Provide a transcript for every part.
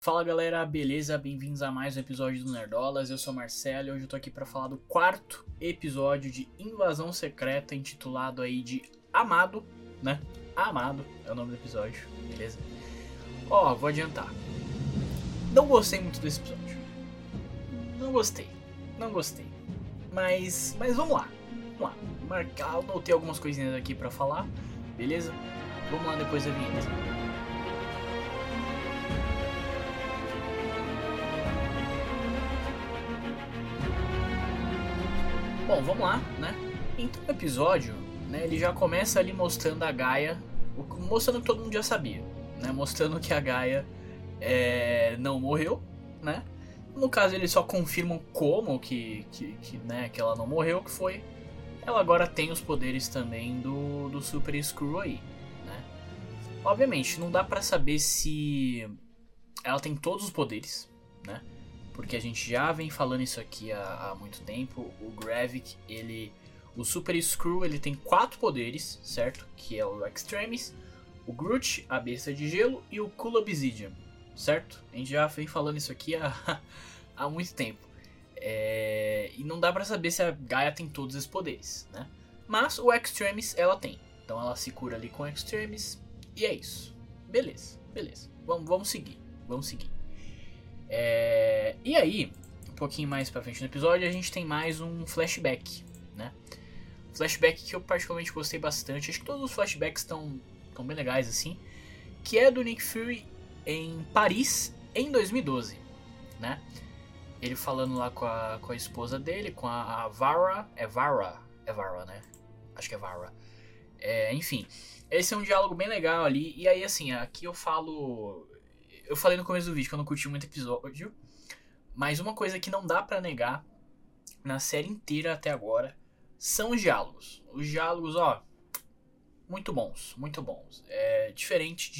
Fala galera, beleza? Bem-vindos a mais um episódio do Nerdolas, eu sou o Marcelo e hoje eu tô aqui pra falar do quarto episódio de Invasão Secreta, intitulado aí de Amado, né? Amado é o nome do episódio, beleza? Vou adiantar. Não gostei muito desse episódio. Não gostei. Mas vamos lá. Marcar, eu notei algumas coisinhas aqui pra falar, beleza? Vamos lá depois da vinheta. Bom, vamos lá, né? Então o episódio, né, ele já começa ali mostrando a Gaia, mostrando que todo mundo já sabia, né? Mostrando que a Gaia não morreu, né? No caso eles só confirmam como que ela não morreu, que foi ela agora tem os poderes também do Super Skrull aí, né? Obviamente, não dá pra saber se ela tem todos os poderes, né? Porque a gente já vem falando isso aqui há muito tempo. O Gravik, o Super Skrull, ele tem 4 poderes, certo? Que é o Extremis, o Groot, a Besta de Gelo e o Cool Obsidian, certo? A gente já vem falando isso aqui há muito tempo. E não dá pra saber se a Gaia tem todos esses poderes, né? Mas o Extremis ela tem. Então ela se cura ali com o Extremis e é isso. Beleza. Vamos seguir. E aí, um pouquinho mais pra frente no episódio, a gente tem mais um flashback, né? Flashback que eu particularmente gostei bastante. Acho que todos os flashbacks estão bem legais, assim. Que é do Nick Fury em Paris, em 2012, né? Ele falando lá com a esposa dele, com a Varra. É Varra, né? Acho que é Varra. Enfim, esse é um diálogo bem legal ali. E aí, assim, aqui eu falei no começo do vídeo que eu não curti muito episódio. Mas uma coisa que não dá pra negar na série inteira até agora são os diálogos. Os diálogos, muito bons. Diferente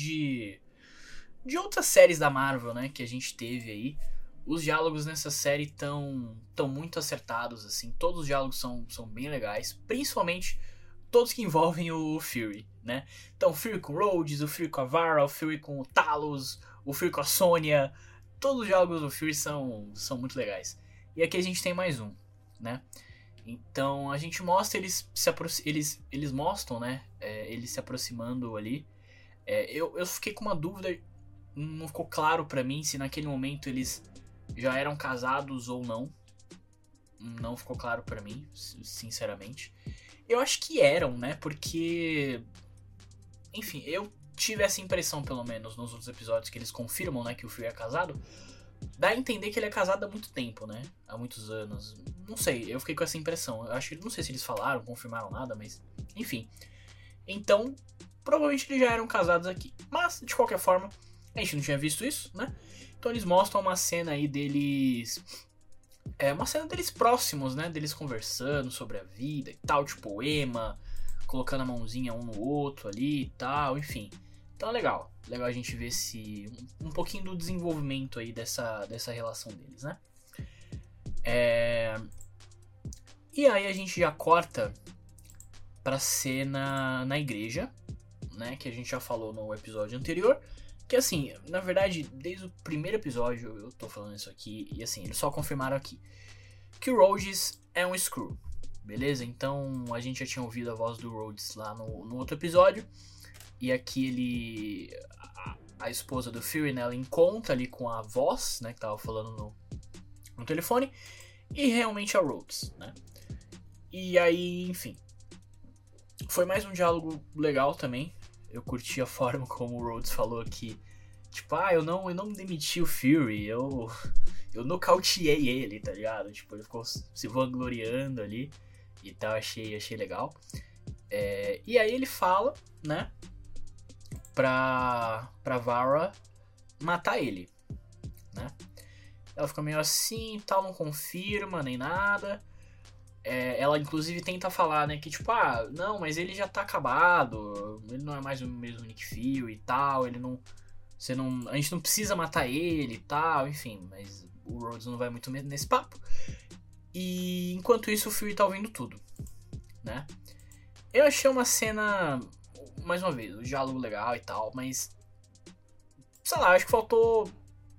de outras séries da Marvel, né, que a gente teve aí. Os diálogos nessa série tão muito acertados, assim. Todos os diálogos são bem legais. Principalmente todos que envolvem o Fury, né? Então, o Fury com o Rhodes, o Fury com a Varra, o Fury com o Talos, o Fury com a Sonya. Todos os diálogos do Fury são muito legais. E aqui a gente tem mais um, né? Então a gente mostra eles mostram, né? Eles se aproximando ali. Eu fiquei com uma dúvida, não ficou claro pra mim se naquele momento eles já eram casados ou não. Não ficou claro pra mim, sinceramente. Eu acho que eram, né? Porque, enfim, eu tive essa impressão, pelo menos, nos outros episódios que eles confirmam, né, que o Fury é casado. Dá a entender que ele é casado há muito tempo, né? Há muitos anos. Não sei, eu fiquei com essa impressão. Não sei se eles falaram, confirmaram nada, mas enfim. Então, provavelmente eles já eram casados aqui. Mas, de qualquer forma, a gente não tinha visto isso, né? Então eles mostram uma cena aí deles... uma cena deles próximos, né? Deles conversando sobre a vida e tal, tipo Emma, colocando a mãozinha um no outro ali e tal, enfim. Então é legal a gente ver um pouquinho do desenvolvimento aí dessa relação deles, né? E aí a gente já corta pra cena na igreja, né? Que a gente já falou no episódio anterior. Que assim, na verdade, desde o primeiro episódio eu tô falando isso aqui. E assim, eles só confirmaram aqui que o Rhodes é um Skrull, beleza? Então a gente já tinha ouvido a voz do Rhodes lá no outro episódio. E aqui a esposa do Fury, né, ela encontra ali com a voz, né, que tava falando no telefone. E realmente é o Rhodes, né? E aí, enfim. Foi mais um diálogo legal também. Eu curti a forma como o Rhodes falou que, tipo, eu não demiti o Fury, eu nocauteei ele, tá ligado? Tipo, ele ficou se vangloriando ali e tal, achei legal. E aí ele fala, né, pra Varra matar ele, né? Ela fica meio assim e tal, não confirma nem nada. Ela inclusive tenta falar, né, que tipo, não, mas ele já tá acabado, ele não é mais o mesmo Nick Fury e tal, a gente não precisa matar ele e tal, enfim, mas o Rhodes não vai muito nesse papo. E enquanto isso o Fury tá ouvindo tudo, né? Eu achei uma cena, mais uma vez, o diálogo legal e tal, mas sei lá, acho que faltou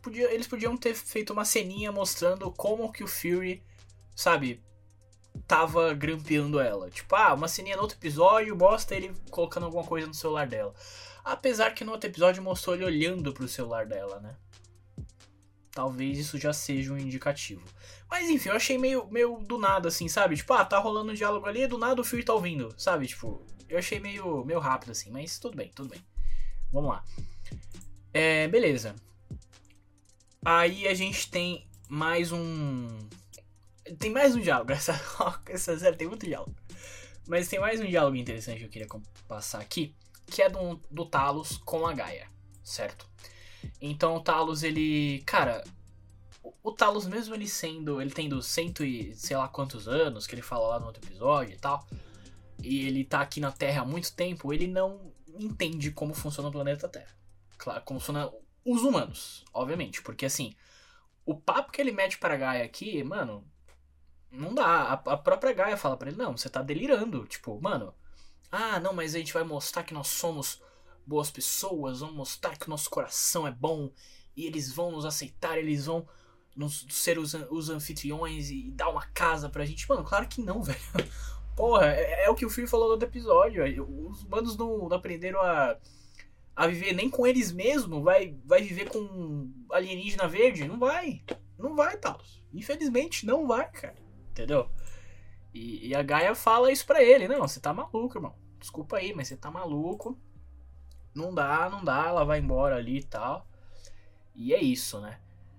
eles podiam ter feito uma ceninha mostrando como que o Fury, sabe, tava grampeando ela. Tipo, uma ceninha no outro episódio mostra ele colocando alguma coisa no celular dela. Apesar que no outro episódio mostrou ele olhando pro celular dela, né? Talvez isso já seja um indicativo. Mas enfim, eu achei meio do nada, assim, sabe? Tipo, tá rolando um diálogo ali, do nada o Fury tá ouvindo, sabe? Tipo, eu achei meio rápido, assim, mas tudo bem. Vamos lá. Beleza. Aí a gente tem mais um... Tem mais um diálogo. Essa série tem muito diálogo. Mas tem mais um diálogo interessante que eu queria passar aqui, que é do Talos com a Gaia, certo? Então o Talos, ele... Cara, o Talos, mesmo ele tendo cento e sei lá quantos anos, que ele fala lá no outro episódio e tal, e ele tá aqui na Terra há muito tempo, ele não entende como funciona o planeta Terra. Claro, como funciona os humanos, obviamente. Porque assim, o papo que ele mete pra Gaia aqui, mano, não dá. A própria Gaia fala pra ele, não, você tá delirando. Tipo, mano, não, mas a gente vai mostrar que nós somos boas pessoas, vamos mostrar que o nosso coração é bom, e eles vão nos aceitar, eles vão ser os anfitriões e dar uma casa pra gente. Mano, claro que não, velho. Porra, é o que o Fury falou no outro episódio. Os humanos não aprenderam a viver nem com eles mesmos. Vai viver com alienígena verde? Não vai. Não vai, Talos. Infelizmente, não vai, cara. Entendeu? E a Gaia fala isso pra ele. Não, você tá maluco, irmão. Desculpa aí, mas você tá maluco. Não dá. Ela vai embora ali e tal. E é isso, né?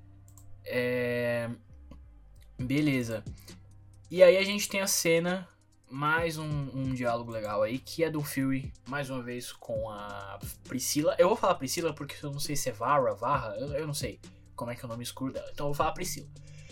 Beleza. E aí a gente tem a cena... Mais um diálogo legal aí, que é do Fury, mais uma vez, com a Priscila. Eu vou falar Priscila porque eu não sei se é Varra, eu não sei como é que é o nome escuro dela. Então eu vou falar Priscila.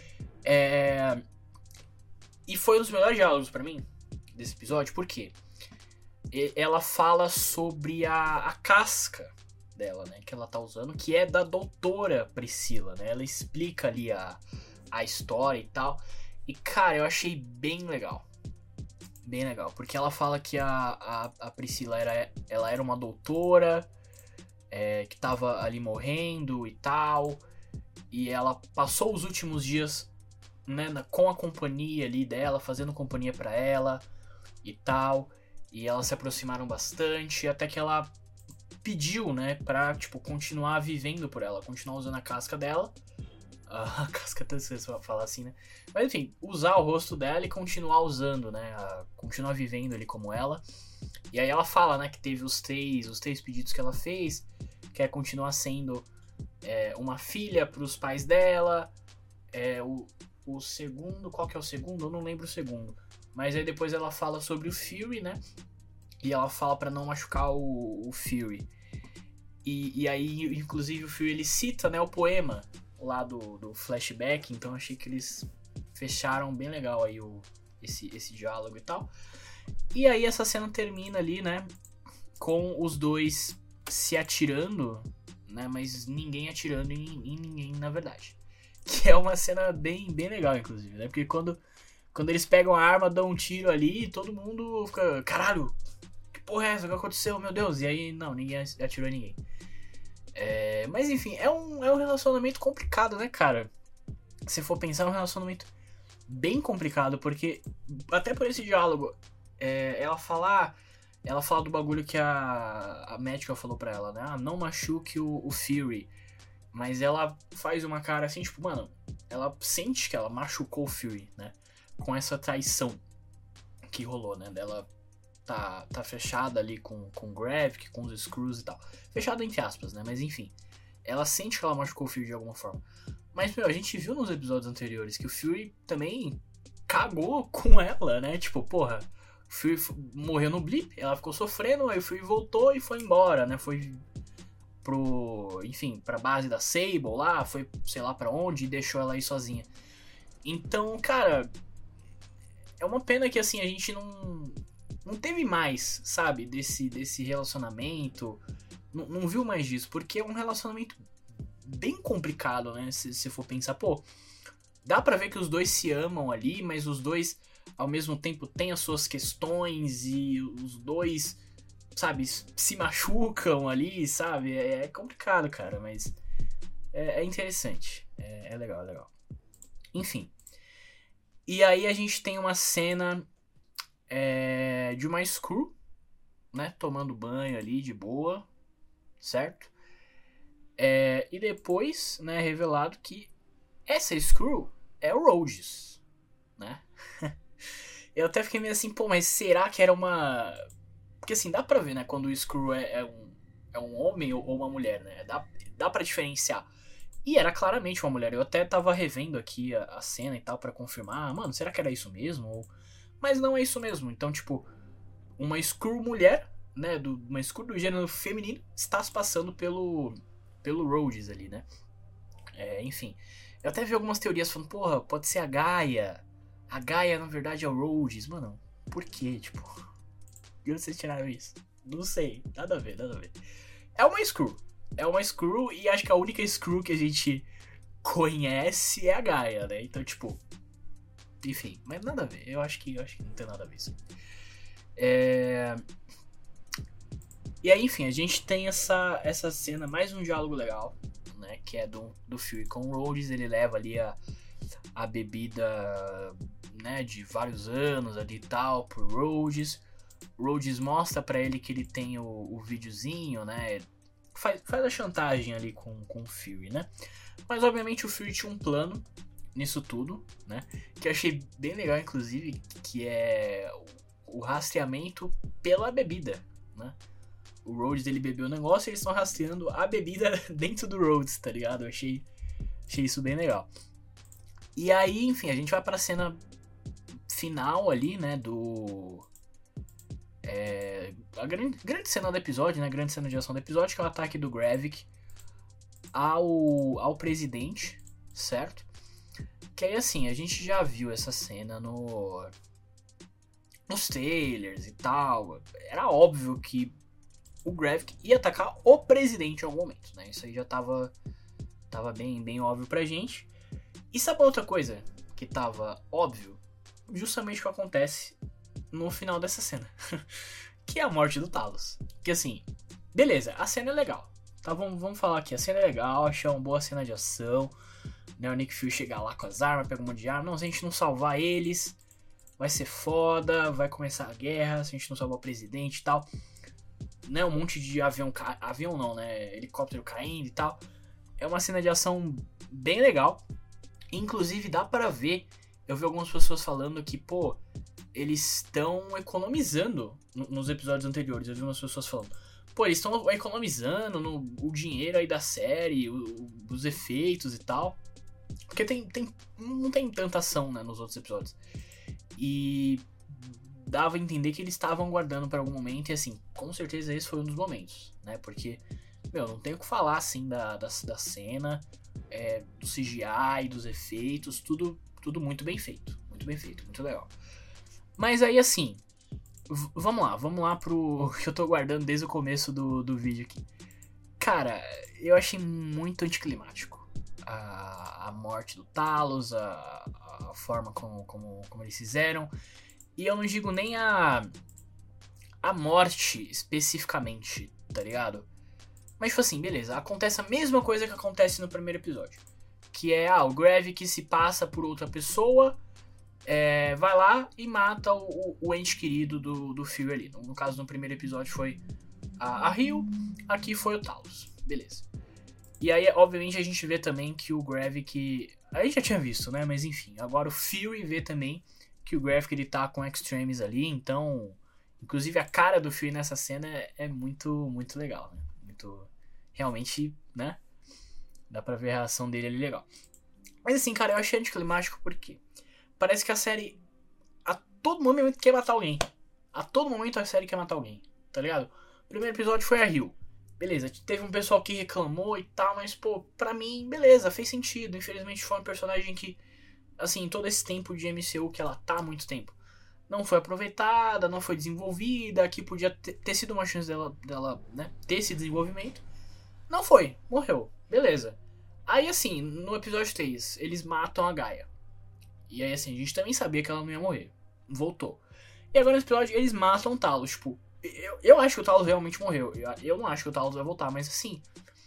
E foi um dos melhores diálogos pra mim, desse episódio, porque ela fala sobre a casca dela, né, que ela tá usando, que é da doutora Priscila, né. Ela explica ali a história e tal. E, cara, eu achei bem legal. Bem legal, porque ela fala que a Priscila ela era uma doutora que tava ali morrendo e tal, e ela passou os últimos dias, né, com a companhia ali dela, fazendo companhia pra ela e tal, e elas se aproximaram bastante, até que ela pediu, né, pra, tipo, continuar vivendo por ela, continuar usando a casca dela. A casca, até se falar assim, né? Mas enfim, usar o rosto dela e continuar usando, né? Continuar vivendo ali como ela. E aí ela fala, né, que teve os três pedidos que ela fez, que é continuar sendo uma filha pros pais dela. O segundo, qual que é o segundo? Eu não lembro o segundo. Mas aí depois ela fala sobre o Fury, né? E ela fala pra não machucar o Fury. E aí, inclusive, o Fury, ele cita, né, o poema lá do flashback, então achei que eles fecharam bem legal aí esse diálogo e tal. E aí essa cena termina ali, né, com os dois se atirando, né, mas ninguém atirando em ninguém, na verdade. Que é uma cena bem legal, inclusive, né, porque quando eles pegam a arma, dão um tiro ali, todo mundo fica, caralho, que porra é essa, o que aconteceu, meu Deus, e aí, não, ninguém atirou em ninguém. Mas enfim, é um relacionamento complicado, né, cara? Se for pensar, é um relacionamento bem complicado, porque até por esse diálogo, ela fala do bagulho que a médica falou pra ela, né? Não machuque o Fury. Mas ela faz uma cara assim, tipo, mano, ela sente que ela machucou o Fury, né? Com essa traição que rolou, né? Dela tá fechada ali com o Gravik, com os Screws e tal. Fechada entre aspas, né? Mas enfim. Ela sente que ela machucou o Fury de alguma forma. Mas, meu, a gente viu nos episódios anteriores que o Fury também cagou com ela, né? Tipo, porra, o Fury morreu no blip, ela ficou sofrendo, aí o Fury voltou e foi embora, né? Foi pra base da Sable lá, foi sei lá pra onde e deixou ela aí sozinha. Então, cara, é uma pena que assim, a gente não teve mais, sabe, desse relacionamento, não viu mais disso, porque é um relacionamento bem complicado, né, se for pensar, pô, dá pra ver que os dois se amam ali, mas os dois, ao mesmo tempo, têm as suas questões e os dois, sabe, se machucam ali, sabe, é complicado, cara, mas É interessante. É legal, é legal. Enfim. E aí a gente tem uma cena de uma Screw, né? Tomando banho ali de boa, certo? E depois, né, é revelado que essa Screw é o Rhodes, né? Eu até fiquei meio assim, pô, mas será que era uma... Porque assim, dá pra ver, né, quando o Screw é um homem ou uma mulher, né? Dá pra diferenciar. E era claramente uma mulher. Eu até tava revendo aqui a cena e tal pra confirmar. Mano, será que era isso mesmo? Mas não é isso mesmo. Então, tipo, uma Screw mulher, né? Uma Screw do gênero feminino está se passando pelo Rhodes ali, né? Enfim. Eu até vi algumas teorias falando, porra, pode ser a Gaia. A Gaia, na verdade, é o Rhodes. Mano, por quê? Tipo, de onde vocês tiraram isso? Não sei. Nada a ver, nada a ver. É uma Screw. É uma Screw e acho que a única Screw que a gente conhece é a Gaia, né? Então, tipo... Enfim, mas nada a ver. Eu acho que não tem nada a ver isso. E aí, enfim, a gente tem essa cena, mais um diálogo legal, né? Que é do Fury com o Rhodes. Ele leva ali a bebida, né, de vários anos ali e tal pro Rhodes. O Rhodes mostra pra ele que ele tem o videozinho, né? Faz a chantagem ali com o Fury, né? Mas obviamente o Fury tinha um plano nisso tudo, né? Que eu achei bem legal, inclusive, que é o rastreamento pela bebida, né? O Rhodes, ele bebeu o negócio e eles estão rastreando a bebida dentro do Rhodes, tá ligado? Eu achei isso bem legal. E aí, enfim, a gente vai pra cena final ali, né? A grande cena do episódio, né? A grande cena de ação do episódio, que é o ataque do Gravik ao presidente, certo? Que aí, assim, a gente já viu essa cena nos trailers e tal. Era óbvio que o Gravik ia atacar o presidente em algum momento, né? Isso aí já tava bem óbvio pra gente. E sabe outra coisa que tava óbvio? Justamente o que acontece no final dessa cena. Que é a morte do Talos. Que assim, beleza, a cena é legal. Tá, vamos falar aqui, a cena é legal, achei uma boa cena de ação. Né, o Nick Fury chegar lá com as armas, pega um monte de arma. Não, se a gente não salvar eles, vai ser foda, vai começar a guerra, se a gente não salvar o presidente e tal. Né, um monte de avião não, né, helicóptero caindo e tal. É uma cena de ação bem legal. Inclusive dá pra ver, eu vi algumas pessoas falando que, pô, eles estão economizando nos episódios anteriores. Eu vi umas pessoas falando, pô, eles estão economizando o dinheiro aí da série, os efeitos e tal. Porque não tem tanta ação, né, nos outros episódios. E dava a entender que eles estavam guardando para algum momento. E assim, com certeza esse foi um dos momentos, né? Porque, meu, não tem o que falar assim da cena, do CGI, dos efeitos, tudo muito bem feito. Muito bem feito, muito legal. Mas aí assim, vamos lá pro que eu tô guardando desde o começo do vídeo aqui. Cara, eu achei muito anticlimático a morte do Talos, a forma como eles fizeram. E eu não digo nem a morte especificamente, tá ligado? Mas tipo assim, beleza, acontece a mesma coisa que acontece no primeiro episódio. Que é, o Gravik se passa por outra pessoa, vai lá e mata o ente querido do Fury ali. No caso, no primeiro episódio foi a Rio, aqui foi o Talos. Beleza. E aí, obviamente, a gente vê também que o Gravik... A gente já tinha visto, né? Mas enfim, agora o Fury vê também que o Gravik, ele tá com Extremis ali, então... Inclusive, a cara do Fury nessa cena é muito, muito legal, né? Muito... Realmente, né? Dá pra ver a reação dele ali legal. Mas assim, cara, eu achei anticlimático porque... Parece que a série... A todo momento quer matar alguém. A todo momento a série quer matar alguém, tá ligado? O primeiro episódio foi a Rio. Beleza, teve um pessoal que reclamou e tal, mas, pô, pra mim, beleza, fez sentido. Infelizmente foi um personagem que, assim, todo esse tempo de MCU que ela tá há muito tempo, não foi aproveitada, não foi desenvolvida, que podia ter sido uma chance dela, né, ter esse desenvolvimento. Não foi, morreu, beleza. Aí, assim, no episódio 3, eles matam a Gaia. E aí, assim, a gente também sabia que ela não ia morrer. Voltou. E agora nesse episódio, eles matam o Talos, tipo... Eu acho que o Talos realmente morreu. Eu não acho que o Talos vai voltar, mas assim...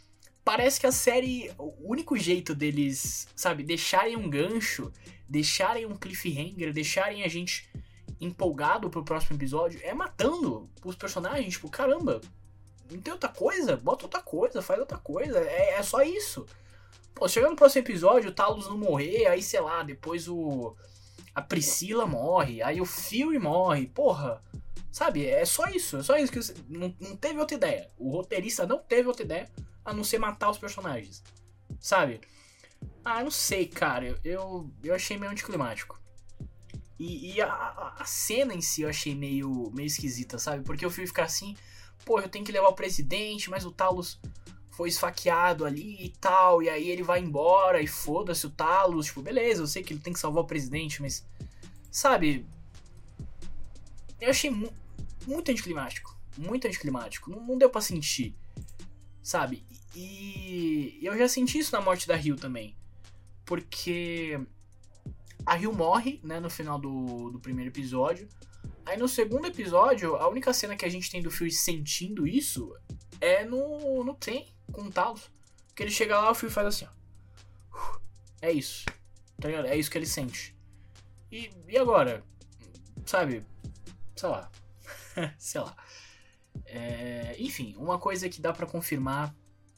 parece que a série, o único jeito deles, sabe, deixarem um gancho, deixarem um cliffhanger, deixarem a gente empolgado pro próximo episódio é matando os personagens, tipo, caramba, não tem outra coisa? Bota outra coisa, faz outra coisa, é só isso. Pô, chega no próximo episódio, o Talos não morrer, aí sei lá, depois a Priscila morre, aí o Fury morre, porra, sabe, é só isso que não teve outra ideia, o roteirista não teve outra ideia a não ser matar os personagens, sabe? Ah, não sei, cara, eu achei meio anticlimático. E a cena em si eu achei meio esquisita, sabe? Porque eu fui ficar assim, pô, eu tenho que levar o presidente, mas o Talos foi esfaqueado ali e tal, e aí ele vai embora e foda-se o Talos, tipo, beleza, eu sei que ele tem que salvar o presidente, mas, sabe, eu achei muito anticlimático, não deu pra sentir, sabe? E eu já senti isso na morte da Rio também, porque a Rio morre, né, no final do primeiro episódio. Aí no segundo episódio, a única cena que a gente tem do Fury sentindo isso é no trem com o Talos. Que ele chega lá, o Fury faz assim, ó. É isso. Tá ligado? É isso que ele sente. E agora? Sabe? Sei lá. Sei lá. Enfim, uma coisa que dá pra confirmar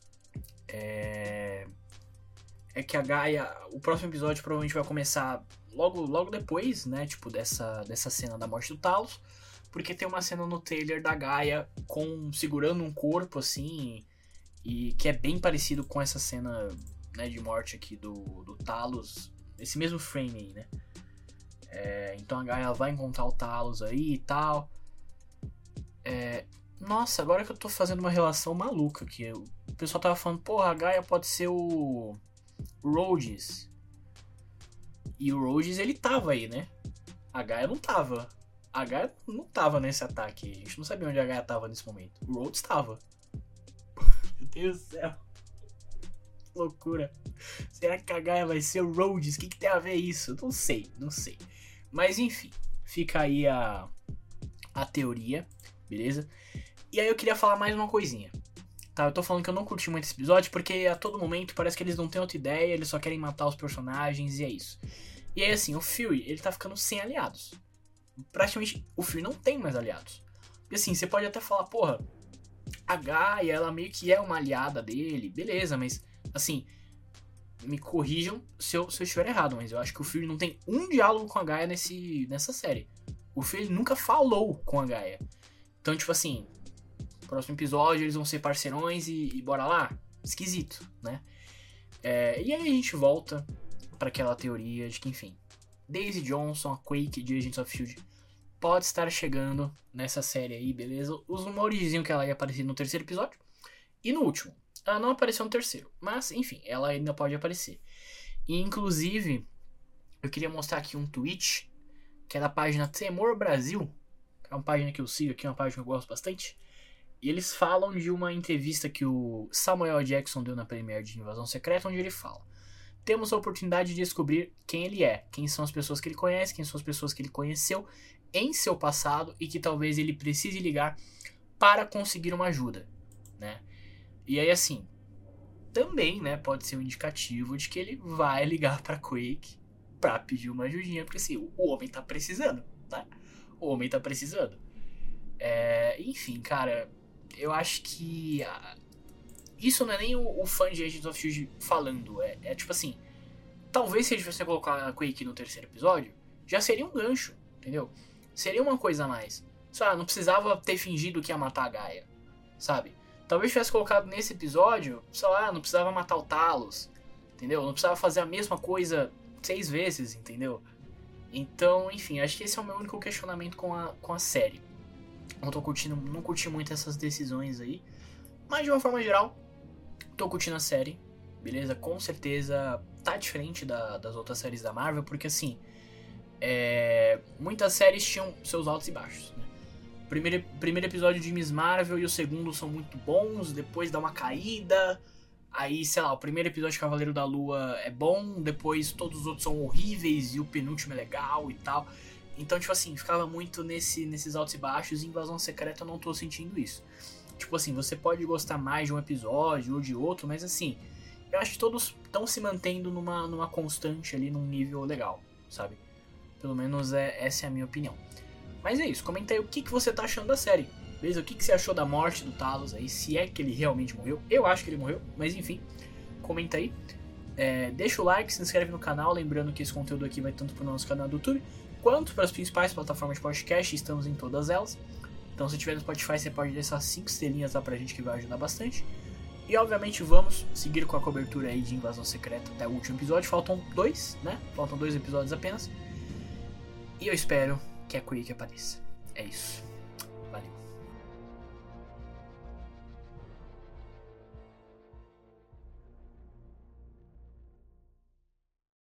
é que a Gaia, o próximo episódio provavelmente vai começar logo depois, né, tipo, dessa cena da morte do Talos, porque tem uma cena no trailer da Gaia segurando um corpo, assim, e que é bem parecido com essa cena, né, de morte aqui do Talos, esse mesmo frame aí, né. Então a Gaia vai encontrar o Talos aí e tal. Nossa, agora que eu tô fazendo uma relação maluca aqui, o pessoal tava falando, porra, a Gaia pode ser o Rhodes. E o Rhodes, ele tava aí, né? A Gaia não tava. A Gaia não tava nesse ataque. A gente não sabia onde a Gaia tava nesse momento. O Rhodes tava. Meu Deus do céu. Que loucura. Será que a Gaia vai ser o Rhodes? O que tem a ver isso? Não sei. Mas enfim, fica aí a teoria, beleza? E aí eu queria falar mais uma coisinha. Tá, eu tô falando que eu não curti muito esse episódio porque a todo momento parece que eles não têm outra ideia, eles só querem matar os personagens e é isso. E aí assim, o Fury, ele tá ficando sem aliados. Praticamente o Fury não tem mais aliados. E assim, você pode até falar, porra, a Gaia, ela meio que é uma aliada dele, beleza, mas assim, me corrijam se eu estiver errado, mas eu acho que o Fury não tem um diálogo com a Gaia nessa série. O Fury nunca falou com a Gaia. Então, tipo assim, próximo episódio eles vão ser parceirões e bora lá? Esquisito, né? E aí a gente volta para aquela teoria de que, enfim, Daisy Johnson, a Quake de Agents of S.H.I.E.L.D. pode estar chegando nessa série aí, beleza? Os rumores diziam que ela ia aparecer no terceiro episódio e no último. Ela não apareceu no terceiro, mas, enfim, ela ainda pode aparecer. E, inclusive, eu queria mostrar aqui um tweet que é da página Tremor Brasil, que é uma página que eu sigo aqui, uma página que eu gosto bastante. E eles falam de uma entrevista que o Samuel Jackson deu na premiere de Invasão Secreta, onde ele fala: temos a oportunidade de descobrir quem ele é, quem são as pessoas que ele conhece, quem são as pessoas que ele conheceu em seu passado e que talvez ele precise ligar para conseguir uma ajuda, né? E aí assim, também, né, pode ser um indicativo de que ele vai ligar para Quake para pedir uma ajudinha, porque assim, o homem tá precisando, tá? O homem tá precisando. Enfim, cara, eu acho que isso não é nem o fã de Agents of S.H.I.E.L.D. falando. É tipo assim, talvez se eles fossem colocar a Quake no terceiro episódio, já seria um gancho, entendeu? Seria uma coisa a mais. Só não precisava ter fingido que ia matar a Gaia, sabe? Talvez tivesse colocado nesse episódio, sei lá, não precisava matar o Talos, entendeu? Não precisava fazer a mesma coisa 6 vezes, entendeu? Então, enfim, acho que esse é o meu único questionamento com a série. Não curti muito essas decisões aí, mas de uma forma geral, tô curtindo a série, beleza? Com certeza tá diferente das outras séries da Marvel, porque assim, muitas séries tinham seus altos e baixos, né? Primeiro episódio de Miss Marvel e o segundo são muito bons, depois dá uma caída. Aí, sei lá, o primeiro episódio de Cavaleiro da Lua é bom, depois todos os outros são horríveis e o penúltimo é legal e tal. Então, tipo assim, ficava muito nesses altos e baixos, e Invasão Secreta eu não tô sentindo isso. Tipo assim, você pode gostar mais de um episódio ou de outro, mas assim, eu acho que todos estão se mantendo numa constante ali, num nível legal, sabe? Pelo menos essa é a minha opinião. Mas é isso, comenta aí o que você tá achando da série. Beleza? O que você achou da morte do Talos aí? Se é que ele realmente morreu. Eu acho que ele morreu, mas enfim, comenta aí. Deixa o like, se inscreve no canal. Lembrando que esse conteúdo aqui vai tanto pro nosso canal do YouTube quanto para as principais plataformas de podcast. Estamos em todas elas. Então se tiver no Spotify, você pode deixar 5 estrelinhas lá pra gente, que vai ajudar bastante. E obviamente vamos seguir com a cobertura aí de Invasão Secreta até o último episódio. Faltam 2, né? Faltam 2 episódios apenas. E eu espero que a Quake apareça. É isso.